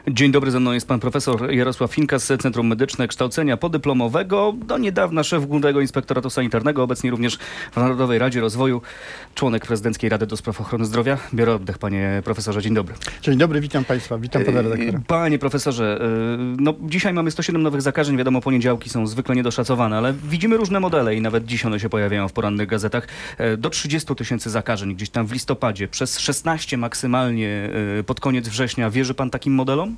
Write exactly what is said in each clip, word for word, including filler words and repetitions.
Dzień dobry, ze mną jest pan profesor Jarosław Finkas z Centrum Medyczne Kształcenia Podyplomowego. Do niedawna szef Głównego Inspektoratu Sanitarnego, obecnie również w Narodowej Radzie Rozwoju, członek Prezydenckiej Rady do Spraw Ochrony Zdrowia. Biorę oddech, panie profesorze. Dzień dobry. Dzień dobry, witam państwa, witam pana redaktora. Panie profesorze, no dzisiaj mamy sto siedem nowych zakażeń. Wiadomo, poniedziałki są zwykle niedoszacowane, ale widzimy różne modele i nawet dziś one się pojawiają w porannych gazetach. Do trzydziestu tysięcy zakażeń gdzieś tam w listopadzie, przez szesnaście maksymalnie pod koniec września. Wierzy pan takim modelom?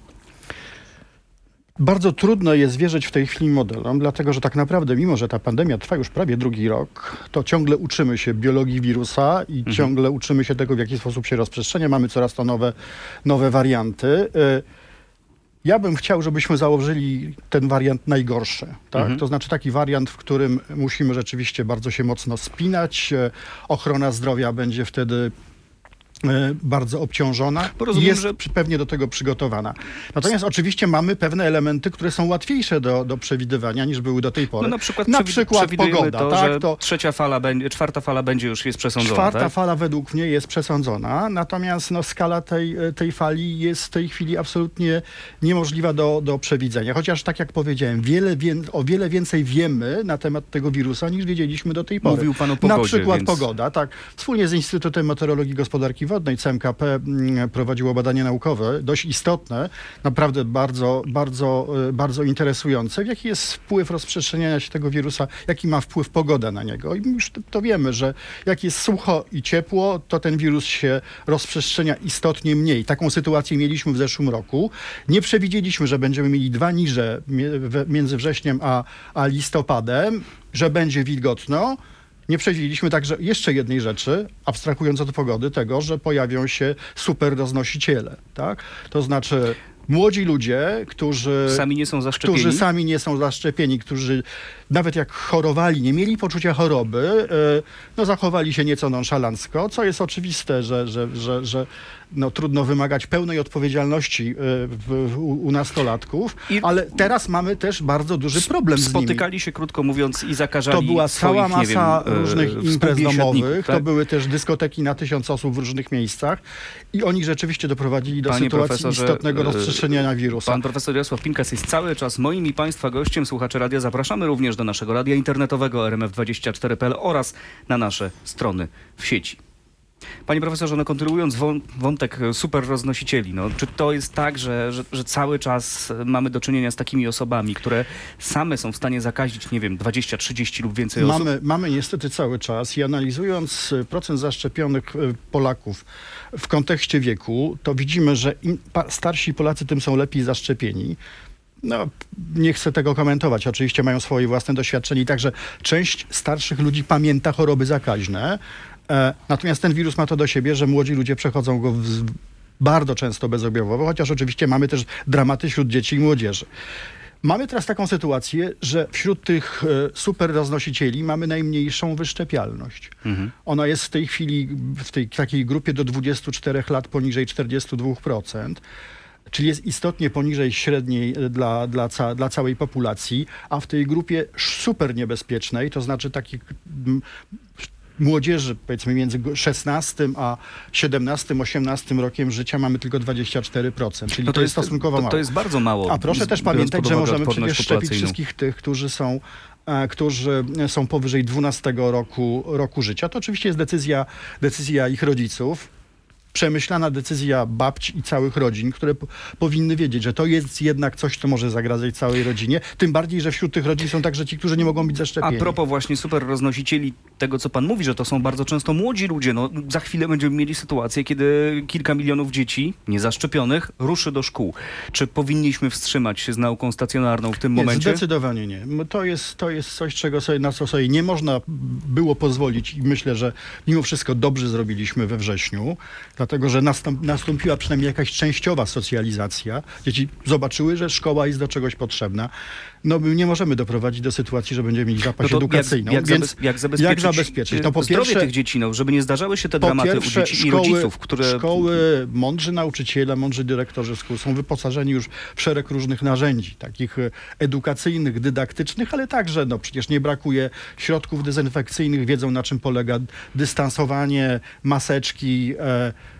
Bardzo trudno jest wierzyć w tej chwili modelom, dlatego że tak naprawdę, mimo że ta pandemia trwa już prawie drugi rok, to ciągle uczymy się biologii wirusa i mhm. ciągle uczymy się tego, w jaki sposób się rozprzestrzenia. Mamy coraz to nowe, nowe warianty. Ja bym chciał, żebyśmy założyli ten wariant najgorszy. Tak? Mhm. To znaczy taki wariant, w którym musimy rzeczywiście bardzo się mocno spinać. Ochrona zdrowia będzie wtedy bardzo obciążona i jest że... pewnie do tego przygotowana. Natomiast oczywiście mamy pewne elementy, które są łatwiejsze do, do przewidywania niż były do tej pory. No na przykład, na przewi- przykład pogoda. To, tak, że to trzecia fala, będzie, czwarta fala będzie już jest przesądzona. Czwarta tak? fala według mnie jest przesądzona, natomiast no, skala tej, tej fali jest w tej chwili absolutnie niemożliwa do, do przewidzenia. Chociaż tak jak powiedziałem, wiele, wie, o wiele więcej wiemy na temat tego wirusa niż wiedzieliśmy do tej pory. Mówił pan o pogodzie. Na przykład więc... pogoda, tak. Wspólnie z Instytutem Meteorologii i Gospodarki Wodnej C M K P prowadziło badanie naukowe, dość istotne, naprawdę bardzo, bardzo, bardzo interesujące. Jaki jest wpływ rozprzestrzeniania się tego wirusa, jaki ma wpływ pogoda na niego. I już to, to wiemy, że jak jest sucho i ciepło, to ten wirus się rozprzestrzenia istotnie mniej. Taką sytuację mieliśmy w zeszłym roku. Nie przewidzieliśmy, że będziemy mieli dwa niże między wrześniem a, a listopadem, że będzie wilgotno. Nie przewidzieliśmy także jeszcze jednej rzeczy, abstrahując od pogody, tego, że pojawią się super roznosiciele. Tak? To znaczy młodzi ludzie, którzy sami nie są zaszczepieni, którzy sami nie są zaszczepieni, którzy nawet jak chorowali, nie mieli poczucia choroby, no zachowali się nieco nonszalancko, co jest oczywiste, że, że, że, że no, trudno wymagać pełnej odpowiedzialności w, u, u nastolatków, I ale teraz mamy też bardzo duży problem z nimi. Spotykali się, krótko mówiąc, i zakażali To była swoich, cała masa nie wiem, różnych imprez domowych, tak? To były też dyskoteki na tysiąc osób w różnych miejscach i oni rzeczywiście doprowadzili do Panie sytuacji istotnego rozprzestrzeniania wirusa. Pan profesor Jarosław Pinkas jest cały czas moim i państwa gościem. Słuchacze radia, zapraszamy również do naszego radia internetowego R M F dwadzieścia cztery kropka p l oraz na nasze strony w sieci. Panie profesorze, no kontynuując wątek super roznosicieli, no, czy to jest tak, że, że, że cały czas mamy do czynienia z takimi osobami, które same są w stanie zakazić, nie wiem, dwadzieścia, trzydzieści lub więcej osób? Mamy, mamy niestety cały czas i analizując procent zaszczepionych Polaków w kontekście wieku, to widzimy, że im starsi Polacy, tym są lepiej zaszczepieni. No, nie chcę tego komentować. Oczywiście mają swoje własne doświadczenie i także część starszych ludzi pamięta choroby zakaźne. E, natomiast ten wirus ma to do siebie, że młodzi ludzie przechodzą go w, bardzo często bezobjawowo, chociaż oczywiście mamy też dramaty wśród dzieci i młodzieży. Mamy teraz taką sytuację, że wśród tych e, super roznosicieli mamy najmniejszą wyszczepialność. Mhm. Ona jest w tej chwili w tej takiej grupie do dwudziestu czterech lat poniżej czterdziestu dwóch procent. Czyli jest istotnie poniżej średniej dla, dla, ca, dla całej populacji, a w tej grupie super niebezpiecznej, to znaczy takich m, młodzieży, powiedzmy między szesnastym a siedemnastym, osiemnastym rokiem życia mamy tylko dwadzieścia cztery procent, czyli no to, to jest jest stosunkowo to, mało. To jest bardzo mało. A proszę też pamiętać, że możemy przecież szczepić wszystkich tych, którzy są którzy są powyżej dwunastego roku, roku życia. To oczywiście jest decyzja, decyzja ich rodziców. Przemyślana decyzja babci i całych rodzin, które po, powinny wiedzieć, że to jest jednak coś, co może zagrażać całej rodzinie. Tym bardziej, że wśród tych rodzin są także ci, którzy nie mogą być zaszczepieni. A propos właśnie super roznosicieli, tego co pan mówi, że to są bardzo często młodzi ludzie. No, za chwilę będziemy mieli sytuację, kiedy kilka milionów dzieci niezaszczepionych ruszy do szkół. Czy powinniśmy wstrzymać się z nauką stacjonarną w tym nie, momencie? Zdecydowanie nie. To jest, to jest coś, czego sobie, na co sobie nie można było pozwolić i myślę, że mimo wszystko dobrze zrobiliśmy we wrześniu. Dlatego, że nastąp, nastąpiła przynajmniej jakaś częściowa socjalizacja. Dzieci zobaczyły, że szkoła jest do czegoś potrzebna. No my nie możemy doprowadzić do sytuacji, że będziemy mieć zapaść no edukacyjną. Jak, jak, Więc zabez, jak zabezpieczyć, jak zabezpieczyć? No po zdrowie pierwsze, tych dzieci, no, żeby nie zdarzały się te dramaty pierwsze, u dzieci szkoły, i rodziców, które... Szkoły, mądrzy nauczyciele, mądrzy dyrektorzy szkół są wyposażeni już w szereg różnych narzędzi, takich edukacyjnych, dydaktycznych, ale także no przecież nie brakuje środków dezynfekcyjnych, wiedzą na czym polega dystansowanie, maseczki, e,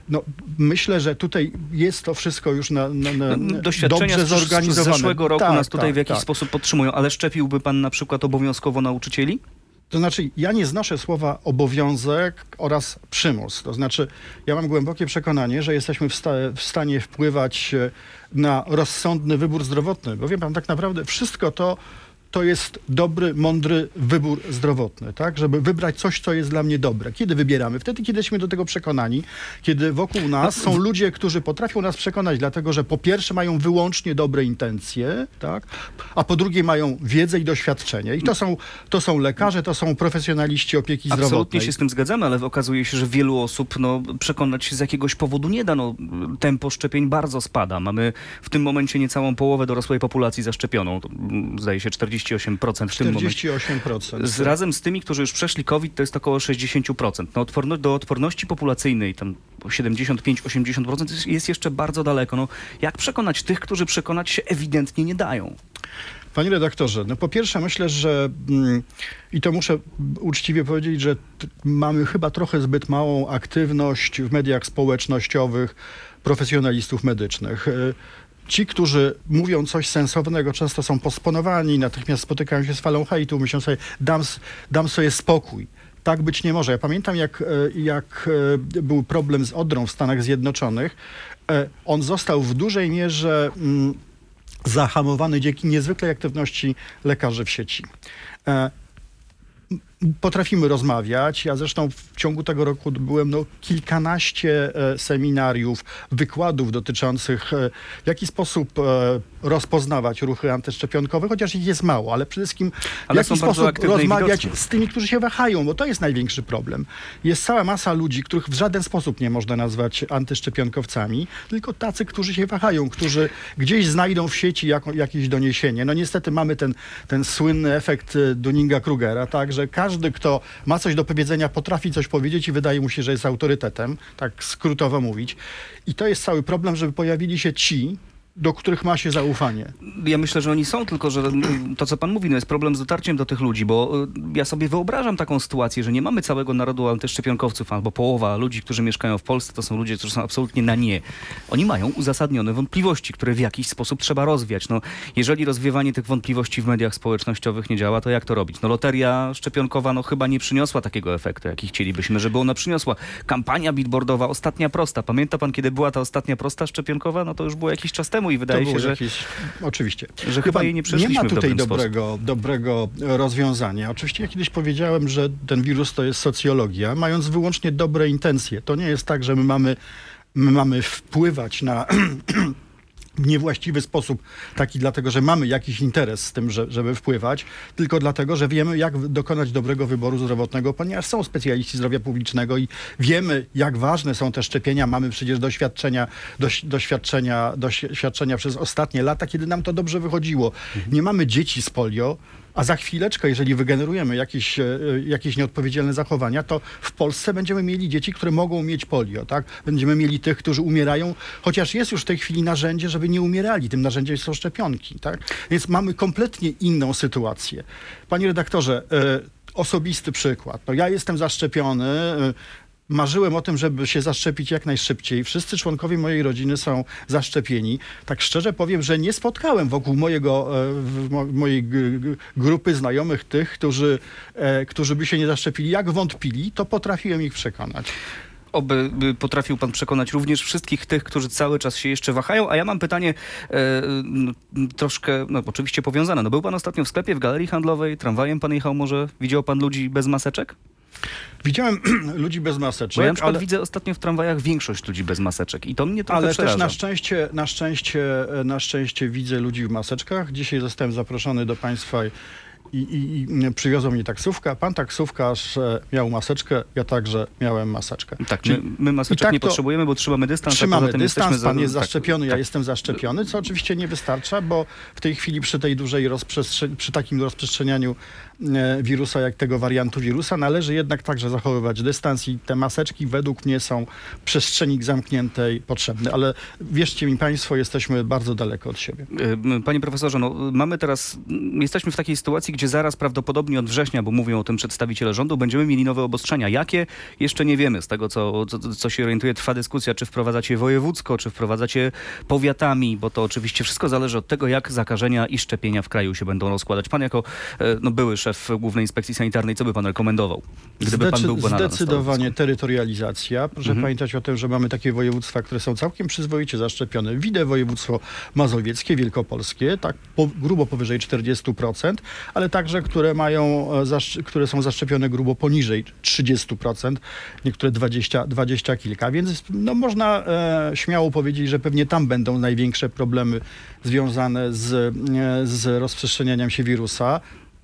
No, myślę, że tutaj jest to wszystko już na, na, na Doświadczenia dobrze z, z zorganizowane. zeszłego roku tak, nas tutaj tak, w jakiś tak. sposób podtrzymują, ale szczepiłby pan na przykład obowiązkowo nauczycieli? To znaczy, ja nie znoszę słowa obowiązek oraz przymus. To znaczy, ja mam głębokie przekonanie, że jesteśmy w, sta w stanie wpływać na rozsądny wybór zdrowotny. Bo wie pan, tak naprawdę wszystko to, to jest dobry, mądry wybór zdrowotny, tak? Żeby wybrać coś, co jest dla mnie dobre. Kiedy wybieramy? Wtedy, kiedy jesteśmy do tego przekonani, kiedy wokół nas są ludzie, którzy potrafią nas przekonać, dlatego że po pierwsze mają wyłącznie dobre intencje, tak? A po drugie mają wiedzę i doświadczenie. I to są, to są lekarze, to są profesjonaliści opieki zdrowotnej. Absolutnie się z tym zgadzamy, ale okazuje się, że wielu osób no, przekonać się z jakiegoś powodu nie da. No, tempo szczepień bardzo spada. Mamy w tym momencie niecałą połowę dorosłej populacji zaszczepioną. To, zdaje się czterdzieści osiem procent w tym momencie. czterdzieści osiem procent. Z, razem z tymi, którzy już przeszli COVID, to jest około sześćdziesiąt procent. No, odporno, do odporności populacyjnej tam siedemdziesiąt pięć do osiemdziesięciu procent jest, jest jeszcze bardzo daleko. No, jak przekonać tych, którzy przekonać się ewidentnie nie dają? Panie redaktorze, no po pierwsze myślę, że mm, i to muszę uczciwie powiedzieć, że t- mamy chyba trochę zbyt małą aktywność w mediach społecznościowych profesjonalistów medycznych. Y, Ci, którzy mówią coś sensownego, często są posponowani, natychmiast spotykają się z falą hejtu, myślą sobie, dam, dam sobie spokój. Tak być nie może. Ja pamiętam, jak, jak był problem z odrą w Stanach Zjednoczonych. On został w dużej mierze mm, zahamowany dzięki niezwykłej aktywności lekarzy w sieci. Potrafimy rozmawiać. Ja zresztą w ciągu tego roku byłem no, kilkanaście e, seminariów, wykładów dotyczących e, w jaki sposób e, rozpoznawać ruchy antyszczepionkowe, chociaż ich jest mało, ale przede wszystkim w Ale jaki są bardzo sposób aktywne i rozmawiać widoczne. z tymi, którzy się wahają, bo to jest największy problem. Jest cała masa ludzi, których w żaden sposób nie można nazwać antyszczepionkowcami, tylko tacy, którzy się wahają, którzy gdzieś znajdą w sieci jako, jakieś doniesienie. No niestety mamy ten, ten słynny efekt e, Dunninga-Krugera, tak, że każdy, kto ma coś do powiedzenia, potrafi coś powiedzieć i wydaje mu się, że jest autorytetem, tak skrótowo mówić. I to jest cały problem, żeby pojawili się ci, do których ma się zaufanie. Ja myślę, że oni są, tylko że to, co pan mówi, no jest problem z dotarciem do tych ludzi, bo ja sobie wyobrażam taką sytuację, że nie mamy całego narodu antyszczepionkowców, albo połowa ludzi, którzy mieszkają w Polsce, to są ludzie, którzy są absolutnie na nie. Oni mają uzasadnione wątpliwości, które w jakiś sposób trzeba rozwiać. No, jeżeli rozwiewanie tych wątpliwości w mediach społecznościowych nie działa, to jak to robić? No, loteria szczepionkowa no, chyba nie przyniosła takiego efektu, jaki chcielibyśmy, żeby ona przyniosła. Kampania billboardowa, ostatnia prosta. Pamięta pan, kiedy była ta ostatnia prosta szczepionkowa? No to już było jakiś czas temu i wydaje to się, było że, jakieś, oczywiście. że chyba jej nie przeszliśmy Nie ma w tutaj dobrym dobrego, dobrego rozwiązania. Oczywiście ja kiedyś powiedziałem, że ten wirus to jest socjologia, mając wyłącznie dobre intencje. To nie jest tak, że my mamy, my mamy wpływać na w niewłaściwy sposób, taki dlatego, że mamy jakiś interes z tym, że, żeby wpływać, tylko dlatego, że wiemy, jak dokonać dobrego wyboru zdrowotnego, ponieważ są specjaliści zdrowia publicznego i wiemy, jak ważne są te szczepienia. Mamy przecież doświadczenia, doś, doświadczenia, doświadczenia przez ostatnie lata, kiedy nam to dobrze wychodziło. Nie mamy dzieci z polio, a za chwileczkę, jeżeli wygenerujemy jakieś, jakieś nieodpowiedzialne zachowania, to w Polsce będziemy mieli dzieci, które mogą mieć polio, tak? Będziemy mieli tych, którzy umierają, chociaż jest już w tej chwili narzędzie, żeby nie umierali. Tym narzędziem są szczepionki, tak? Więc mamy kompletnie inną sytuację. Panie redaktorze, e, osobisty przykład. No, ja jestem zaszczepiony, e, marzyłem o tym, żeby się zaszczepić jak najszybciej. Wszyscy członkowie mojej rodziny są zaszczepieni. Tak szczerze powiem, że nie spotkałem wokół mojego, mojej grupy znajomych tych, którzy, którzy by się nie zaszczepili. Jak wątpili, to potrafiłem ich przekonać. Oby by potrafił pan przekonać również wszystkich tych, którzy cały czas się jeszcze wahają. A ja mam pytanie e, troszkę, no oczywiście powiązane. No, był pan ostatnio w sklepie, w galerii handlowej, tramwajem pan jechał może? Widział pan ludzi bez maseczek? Widziałem ludzi bez maseczek, Bo ja na przykład ale, widzę ostatnio w tramwajach większość ludzi bez maseczek i to mnie trochę ale przeraża. też na szczęście, na, szczęście, na szczęście widzę ludzi w maseczkach. Dzisiaj zostałem zaproszony do państwa i, i, i przywiozła mnie taksówka. Pan taksówkarz miał maseczkę, ja także miałem maseczkę. Tak, Czyli, my, my maseczek tak nie to, potrzebujemy, bo trzymamy dystans. Trzymamy a poza tym dystans, jesteśmy pan za, jest tak, zaszczepiony, ja tak. jestem zaszczepiony, co oczywiście nie wystarcza, bo w tej chwili przy tej dużej rozprzestrze- przy takim rozprzestrzenianiu e, wirusa, jak tego wariantu wirusa, należy jednak także zachowywać dystans i te maseczki według mnie są w przestrzeni zamkniętej potrzebne, ale wierzcie mi państwo, jesteśmy bardzo daleko od siebie. Panie profesorze, no, mamy teraz, jesteśmy w takiej sytuacji, gdzie gdzie zaraz prawdopodobnie od września, bo mówią o tym przedstawiciele rządu, będziemy mieli nowe obostrzenia. Jakie? Jeszcze nie wiemy. Z tego, co, co, co się orientuje, trwa dyskusja, czy wprowadzać je wojewódzko, czy wprowadzać je powiatami, bo to oczywiście wszystko zależy od tego, jak zakażenia i szczepienia w kraju się będą rozkładać. Pan jako e, no, były szef Głównej Inspekcji Sanitarnej, co by pan rekomendował, gdyby pan był na Zdecydowanie terytorializacja. Proszę Mhm. pamiętać o tym, że mamy takie województwa, które są całkiem przyzwoicie zaszczepione. Widzę województwo mazowieckie, wielkopolskie, tak po, grubo powyżej czterdzieści procent, ale także, które mają, e, zaszcz- które są zaszczepione grubo poniżej trzydzieści procent, niektóre dwadzieścia, dwadzieścia kilka, więc no, można e, śmiało powiedzieć, że pewnie tam będą największe problemy związane z, e, z rozprzestrzenianiem się wirusa.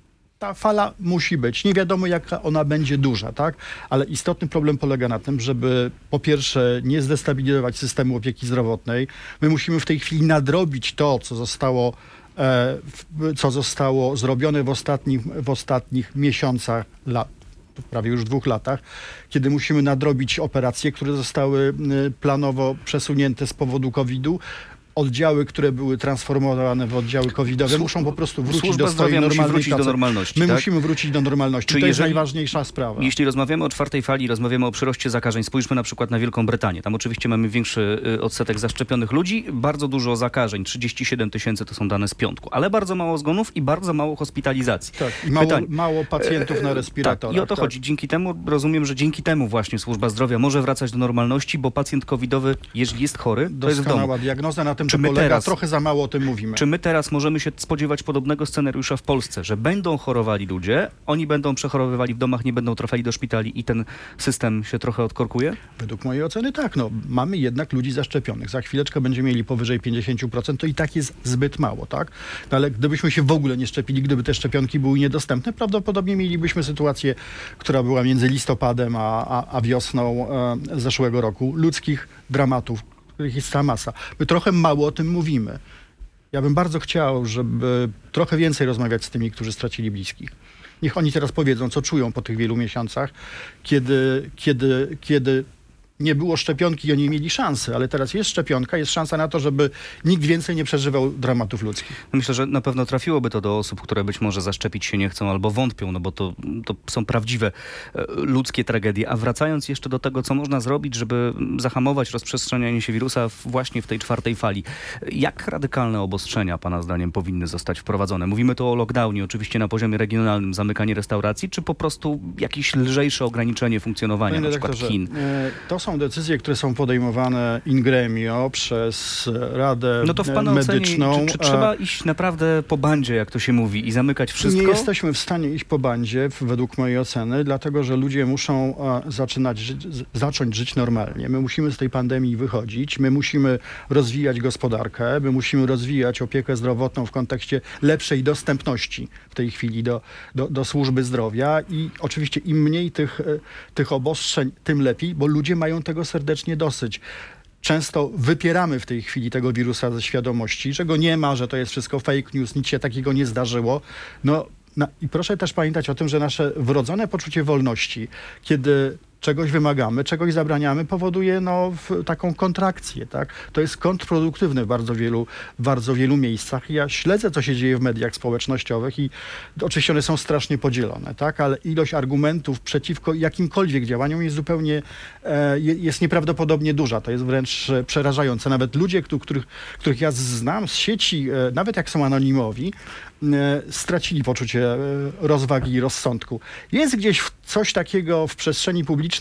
Ta fala musi być. Nie wiadomo, jaka ona będzie duża, tak? Ale istotny problem polega na tym, żeby po pierwsze nie zdestabilizować systemu opieki zdrowotnej. My musimy w tej chwili nadrobić to, co zostało, e, w, co zostało zrobione w ostatnich, w ostatnich miesiącach, lat, prawie już dwóch latach, kiedy musimy nadrobić operacje, które zostały y, planowo przesunięte z powodu kowida. Oddziały, które były transformowane w oddziały covidowe, muszą po prostu wrócić Służba do swojej zdrowia musi normalnej wrócić pracy. do normalności, My tak? musimy wrócić do normalności. Czy to jest jeżeli- najważniejsza sprawa. Jeśli rozmawiamy o czwartej fali, rozmawiamy o przyroście zakażeń, spójrzmy na przykład na Wielką Brytanię. Tam oczywiście mamy większy y, odsetek zaszczepionych ludzi, bardzo dużo zakażeń, trzydzieści siedem tysięcy to są dane z piątku, ale bardzo mało zgonów i bardzo mało hospitalizacji. Tak, i mało, Pytanie. mało pacjentów na respiratorach. Tak, i o to tak. chodzi. Dzięki temu, rozumiem, że dzięki temu właśnie służba zdrowia może wracać do normalności, bo pacjent covidowy, jeżeli jest chory, to jest w domu. Doskonała diagnoza, na tym Czy to my polega. teraz- Trochę za mało o tym mówimy. Czy my teraz możemy się spodziewać podobnego scenariusza w Polsce, że będą chorowali ludzie, oni będą przechorowywali w domach, nie będą trafili do szpitali i ten system się trochę odkorkuje? Według mojej oceny tak. No, mamy jednak ludzi zaszczepionych. Za chwileczkę będziemy mieli powyżej pięćdziesiąt procent, to i tak jest zbyt mało, tak? No, ale gdybyśmy się w ogóle nie szczepili, gdyby te szczepionki były niedostępne, prawdopodobnie mielibyśmy sytuację, która była między listopadem a, a, a wiosną e, zeszłego roku. Ludzkich dramatów, których jest cała masa. My trochę mało o tym mówimy. Ja bym bardzo chciał, żeby trochę więcej rozmawiać z tymi, którzy stracili bliskich. Niech oni teraz powiedzą, co czują po tych wielu miesiącach, kiedy, kiedy, kiedy nie było szczepionki i oni mieli szansę, ale teraz jest szczepionka, jest szansa na to, żeby nikt więcej nie przeżywał dramatów ludzkich. Myślę, że na pewno trafiłoby to do osób, które być może zaszczepić się nie chcą albo wątpią, no bo to, to są prawdziwe e, ludzkie tragedie. A wracając jeszcze do tego, co można zrobić, żeby zahamować rozprzestrzenianie się wirusa w, właśnie w tej czwartej fali. Jak radykalne obostrzenia, pana zdaniem, powinny zostać wprowadzone? Mówimy tu o lockdownie, oczywiście na poziomie regionalnym, zamykanie restauracji, czy po prostu jakieś lżejsze ograniczenie funkcjonowania, Panie na przykład redaktorze, Chin? e, to są decyzje, które są podejmowane in gremio przez Radę No to w pana Medyczną. ocenie, czy, czy trzeba iść naprawdę po bandzie, jak to się mówi, i zamykać wszystko? Nie jesteśmy w stanie iść po bandzie, w- według mojej oceny, dlatego że ludzie muszą e, zaczynać żyć, z- zacząć żyć normalnie. My musimy z tej pandemii wychodzić, my musimy rozwijać gospodarkę, my musimy rozwijać opiekę zdrowotną w kontekście lepszej dostępności w tej chwili do, do, do służby zdrowia i oczywiście im mniej tych, e, tych obostrzeń, tym lepiej, bo ludzie mają tego serdecznie dosyć. Często wypieramy w tej chwili tego wirusa ze świadomości, że go nie ma, że to jest wszystko fake news, nic się takiego nie zdarzyło. No, na, i proszę też pamiętać o tym, że nasze wrodzone poczucie wolności, kiedy czegoś wymagamy, czegoś zabraniamy, powoduje no, w, taką kontrakcję. Tak? To jest kontrproduktywne w bardzo wielu, w bardzo wielu miejscach. Ja śledzę, co się dzieje w mediach społecznościowych i oczywiście one są strasznie podzielone, tak? Ale ilość argumentów przeciwko jakimkolwiek działaniom jest zupełnie, e, je- jest nieprawdopodobnie duża. To jest wręcz e, przerażające. Nawet ludzie, któ- których, których ja znam z sieci, e, nawet jak są anonimowi, e, stracili poczucie e, rozwagi i rozsądku. Jest gdzieś w- coś takiego w przestrzeni publicznej,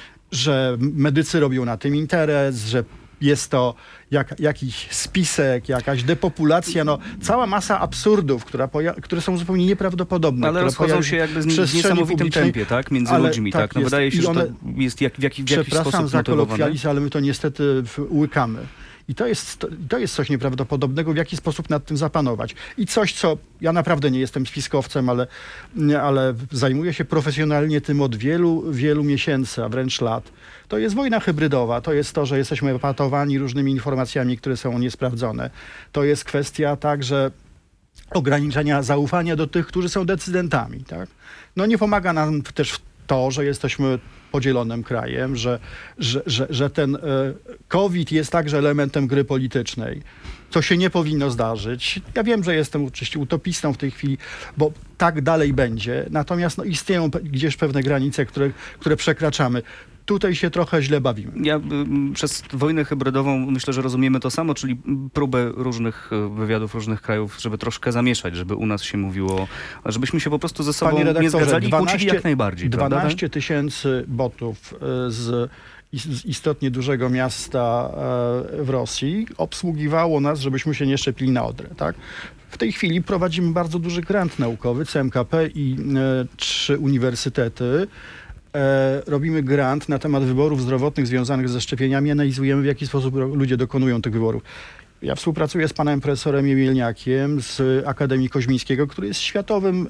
że medycy robią na tym interes, że jest to jak, jakiś spisek, jakaś depopulacja, no cała masa absurdów, która poja- które są zupełnie nieprawdopodobne. Ale które rozchodzą pojawi- się jakby z, w w przestrzeni niesamowitym publicznej. tempie, tak? Między Ale ludźmi, tak tak? No jest. wydaje się, I że one- to jest jak, w, jaki, w jakiś Przepraszam sposób za motywowane. kolokwializm, ale my to niestety w- łykamy. I to jest, to, to jest coś nieprawdopodobnego, w jaki sposób nad tym zapanować. I coś, co ja naprawdę nie jestem spiskowcem, ale, nie, ale zajmuję się profesjonalnie tym od wielu, wielu miesięcy, a wręcz lat. To jest wojna hybrydowa. To jest to, że jesteśmy epatowani różnymi informacjami, które są niesprawdzone. To jest kwestia także ograniczenia zaufania do tych, którzy są decydentami. Tak? No nie pomaga nam też w to, że jesteśmy podzielonym krajem, że, że, że, że ten e, COVID jest także elementem gry politycznej. Co się nie powinno zdarzyć. Ja wiem, że jestem oczywiście utopistą w tej chwili, bo tak dalej będzie. Natomiast no, istnieją pe- gdzieś pewne granice, które, które przekraczamy. Tutaj się trochę źle bawimy. Ja y, przez wojnę hybrydową myślę, że rozumiemy to samo, czyli próbę różnych y, wywiadów różnych krajów, żeby troszkę zamieszać, żeby u nas się mówiło, żebyśmy się po prostu ze sobą Panie nie redaktorze, zgadzali i kłócili jak najbardziej. prawda? dwanaście tysięcy botów y, z z istotnie dużego miasta e, w Rosji obsługiwało nas, żebyśmy się nie szczepili na odrę. Tak? W tej chwili prowadzimy bardzo duży grant naukowy, C M K P i e, trzy uniwersytety. E, robimy grant na temat wyborów zdrowotnych związanych ze szczepieniami, analizujemy, w jaki sposób ludzie dokonują tych wyborów. Ja współpracuję z panem profesorem Jemielniakiem z Akademii Koźmińskiego, który jest światowym,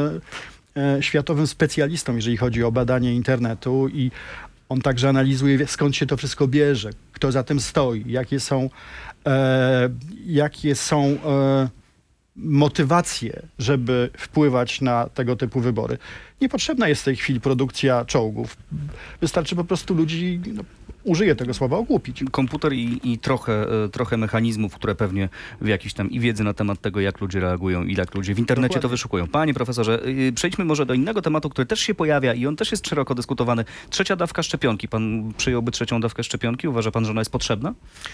e, e, światowym specjalistą, jeżeli chodzi o badanie internetu, i on także analizuje, skąd się to wszystko bierze, kto za tym stoi, jakie są, e, jakie są e, motywacje, żeby wpływać na tego typu wybory. Niepotrzebna jest w tej chwili produkcja czołgów. Wystarczy po prostu ludzi, no, użyję tego słowa, ogłupić. Komputer i, i trochę, e, trochę mechanizmów, które pewnie w jakiś tam i wiedzy na temat tego, jak ludzie reagują i jak ludzie w internecie Dokładnie. to wyszukują. Panie profesorze, y, przejdźmy może do innego tematu, który też się pojawia i on też jest szeroko dyskutowany. Trzecia dawka szczepionki. Pan przyjąłby trzecią dawkę szczepionki? Uważa pan, że ona jest potrzebna?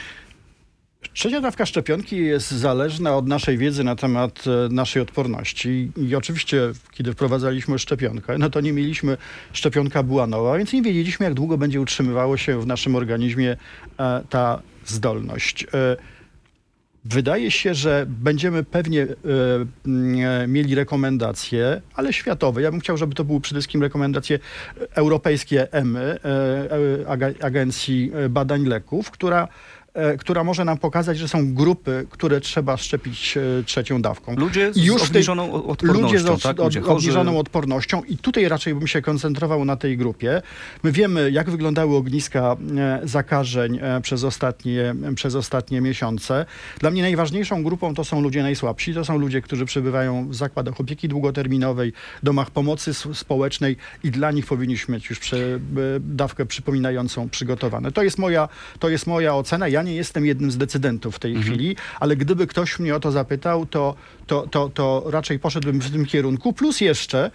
Trzecia dawka szczepionki jest zależna od naszej wiedzy na temat e, naszej odporności. I oczywiście, kiedy wprowadzaliśmy szczepionkę, no to nie mieliśmy, szczepionka była nowa, więc nie wiedzieliśmy, jak długo będzie utrzymywało się w naszym organizmie e, ta zdolność. E, Wydaje się, że będziemy pewnie e, m, mieli rekomendacje, ale światowe. Ja bym chciał, żeby to były przede wszystkim rekomendacje europejskie E M Y, e, e, Ag- Agencji Badań Leków, która e, która może nam pokazać, że są grupy, które trzeba szczepić e, trzecią dawką. Ludzie z I już w tej- obniżoną odpornością, Ludzie z od, tak? od, Ludzie chorzy. obniżoną odpornością, i tutaj raczej bym się koncentrował na tej grupie. My wiemy, jak wyglądały ogniska e, zakażeń e, przez ostatnie, przez ostatnie miesiące. Dla mnie najważniejszą grupą to są ludzie najsłabsi. To są ludzie, którzy przebywają w zakładach opieki długoterminowej, domach pomocy s- społecznej, i dla nich powinniśmy mieć już prze, e, dawkę przypominającą przygotowane. To jest moja, to jest moja ocena. Ja nie jestem jednym z decydentów w tej Mhm. chwili, ale gdyby ktoś mnie o to zapytał, to, to, to, to raczej poszedłbym w tym kierunku. Plus jeszcze,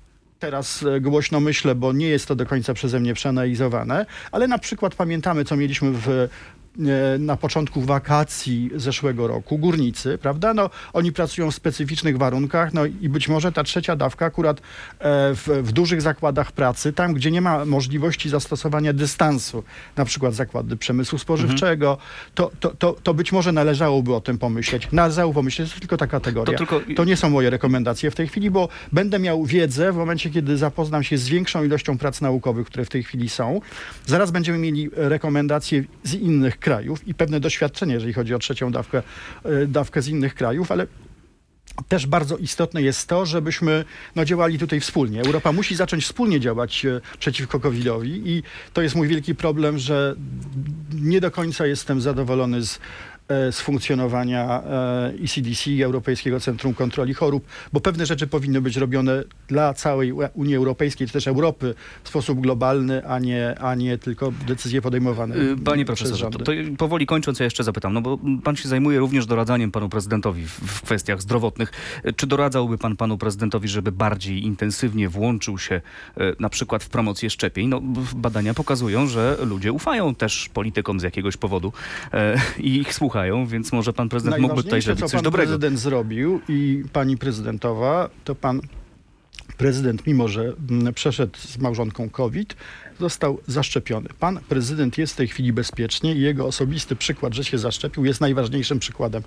teraz e, głośno myślę, bo nie jest to do końca przeze mnie przeanalizowane, ale na przykład pamiętamy, co mieliśmy w e, na początku wakacji zeszłego roku, górnicy, prawda? No, oni pracują w specyficznych warunkach, no i być może ta trzecia dawka akurat e, w, w dużych zakładach pracy, tam gdzie nie ma możliwości zastosowania dystansu, na przykład zakłady przemysłu spożywczego, to, to, to, to być może należałoby o tym pomyśleć. Należało pomyśleć, to jest tylko ta kategoria. To tylko- To nie są moje rekomendacje w tej chwili, bo będę miał wiedzę w momencie, kiedy zapoznam się z większą ilością prac naukowych, które w tej chwili są. Zaraz będziemy mieli rekomendacje z innych krajów i pewne doświadczenie, jeżeli chodzi o trzecią dawkę, e, dawkę z innych krajów, ale też bardzo istotne jest to, żebyśmy no, działali tutaj wspólnie. Europa musi zacząć wspólnie działać e, przeciwko kowidowi, i to jest mój wielki problem, że nie do końca jestem zadowolony z e, z funkcjonowania e, E C D C, Europejskiego Centrum Kontroli Chorób, bo pewne rzeczy powinny być robione dla całej Unii Europejskiej, czy też Europy w sposób globalny, a nie, a nie tylko decyzje podejmowane Y, Panie przez profesorze, rządy. to, to powoli kończąc, ja jeszcze zapytam, no bo pan się zajmuje również doradzaniem panu prezydentowi w, w kwestiach zdrowotnych. Y, Czy doradzałby pan panu prezydentowi, żeby bardziej intensywnie włączył się y, na przykład w promocję szczepień? No, b- badania pokazują, że ludzie ufają też politykom z jakiegoś powodu y, i ich słuchają, więc może pan prezydent mógłby tutaj Najważniejsze, zrobić co coś pan dobrego. prezydent zrobił, i pani prezydentowa, to pan prezydent, mimo że mm, przeszedł z małżonką COVID, został zaszczepiony. Pan prezydent jest w tej chwili bezpiecznie i jego osobisty przykład, że się zaszczepił, jest najważniejszym przykładem.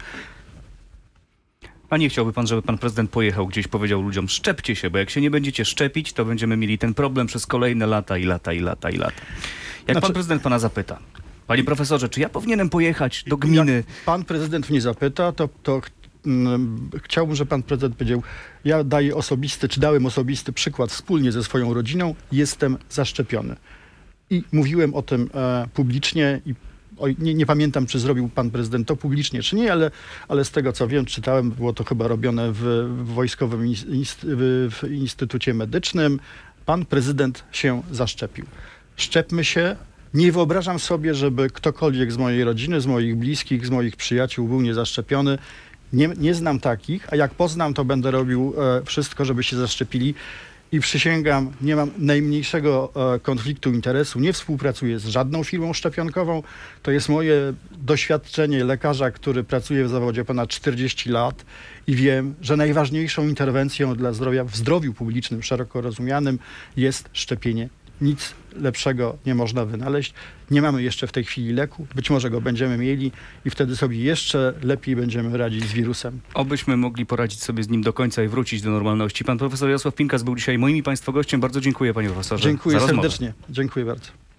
A nie chciałby pan, żeby pan prezydent pojechał gdzieś, powiedział ludziom, szczepcie się, bo jak się nie będziecie szczepić, to będziemy mieli ten problem przez kolejne lata i lata i lata i lata. Jak Znaczy- pan prezydent pana zapyta, panie profesorze, czy ja powinienem pojechać do gminy? Jak pan prezydent mnie zapyta, to, to ch- mm, chciałbym, żeby pan prezydent powiedział, ja daję osobisty, czy dałem osobisty przykład wspólnie ze swoją rodziną, jestem zaszczepiony. I mówiłem o tym e, publicznie i oj, nie, nie pamiętam, czy zrobił pan prezydent to publicznie, czy nie, ale, ale z tego, co wiem, czytałem, było to chyba robione w, w Wojskowym Inst- Inst- w, w Instytucie Medycznym. pan prezydent się zaszczepił. Szczepmy się. Nie wyobrażam sobie, żeby ktokolwiek z mojej rodziny, z moich bliskich, z moich przyjaciół był niezaszczepiony. Nie, nie znam takich, a jak poznam, to będę robił e, wszystko, żeby się zaszczepili. I przysięgam, nie mam najmniejszego e, konfliktu interesu, nie współpracuję z żadną firmą szczepionkową. To jest moje doświadczenie lekarza, który pracuje w zawodzie ponad czterdzieści lat i wiem, że najważniejszą interwencją dla zdrowia w zdrowiu publicznym, szeroko rozumianym, jest szczepienie. Nic lepszego nie można wynaleźć. Nie mamy jeszcze w tej chwili leku. Być może go będziemy mieli i wtedy sobie jeszcze lepiej będziemy radzić z wirusem. Obyśmy mogli poradzić sobie z nim do końca i wrócić do normalności. Pan profesor Jarosław Pinkas był dzisiaj moim i państwa gościem. Bardzo dziękuję, panie profesorze. Dziękuję za rozmowę. serdecznie. Dziękuję bardzo.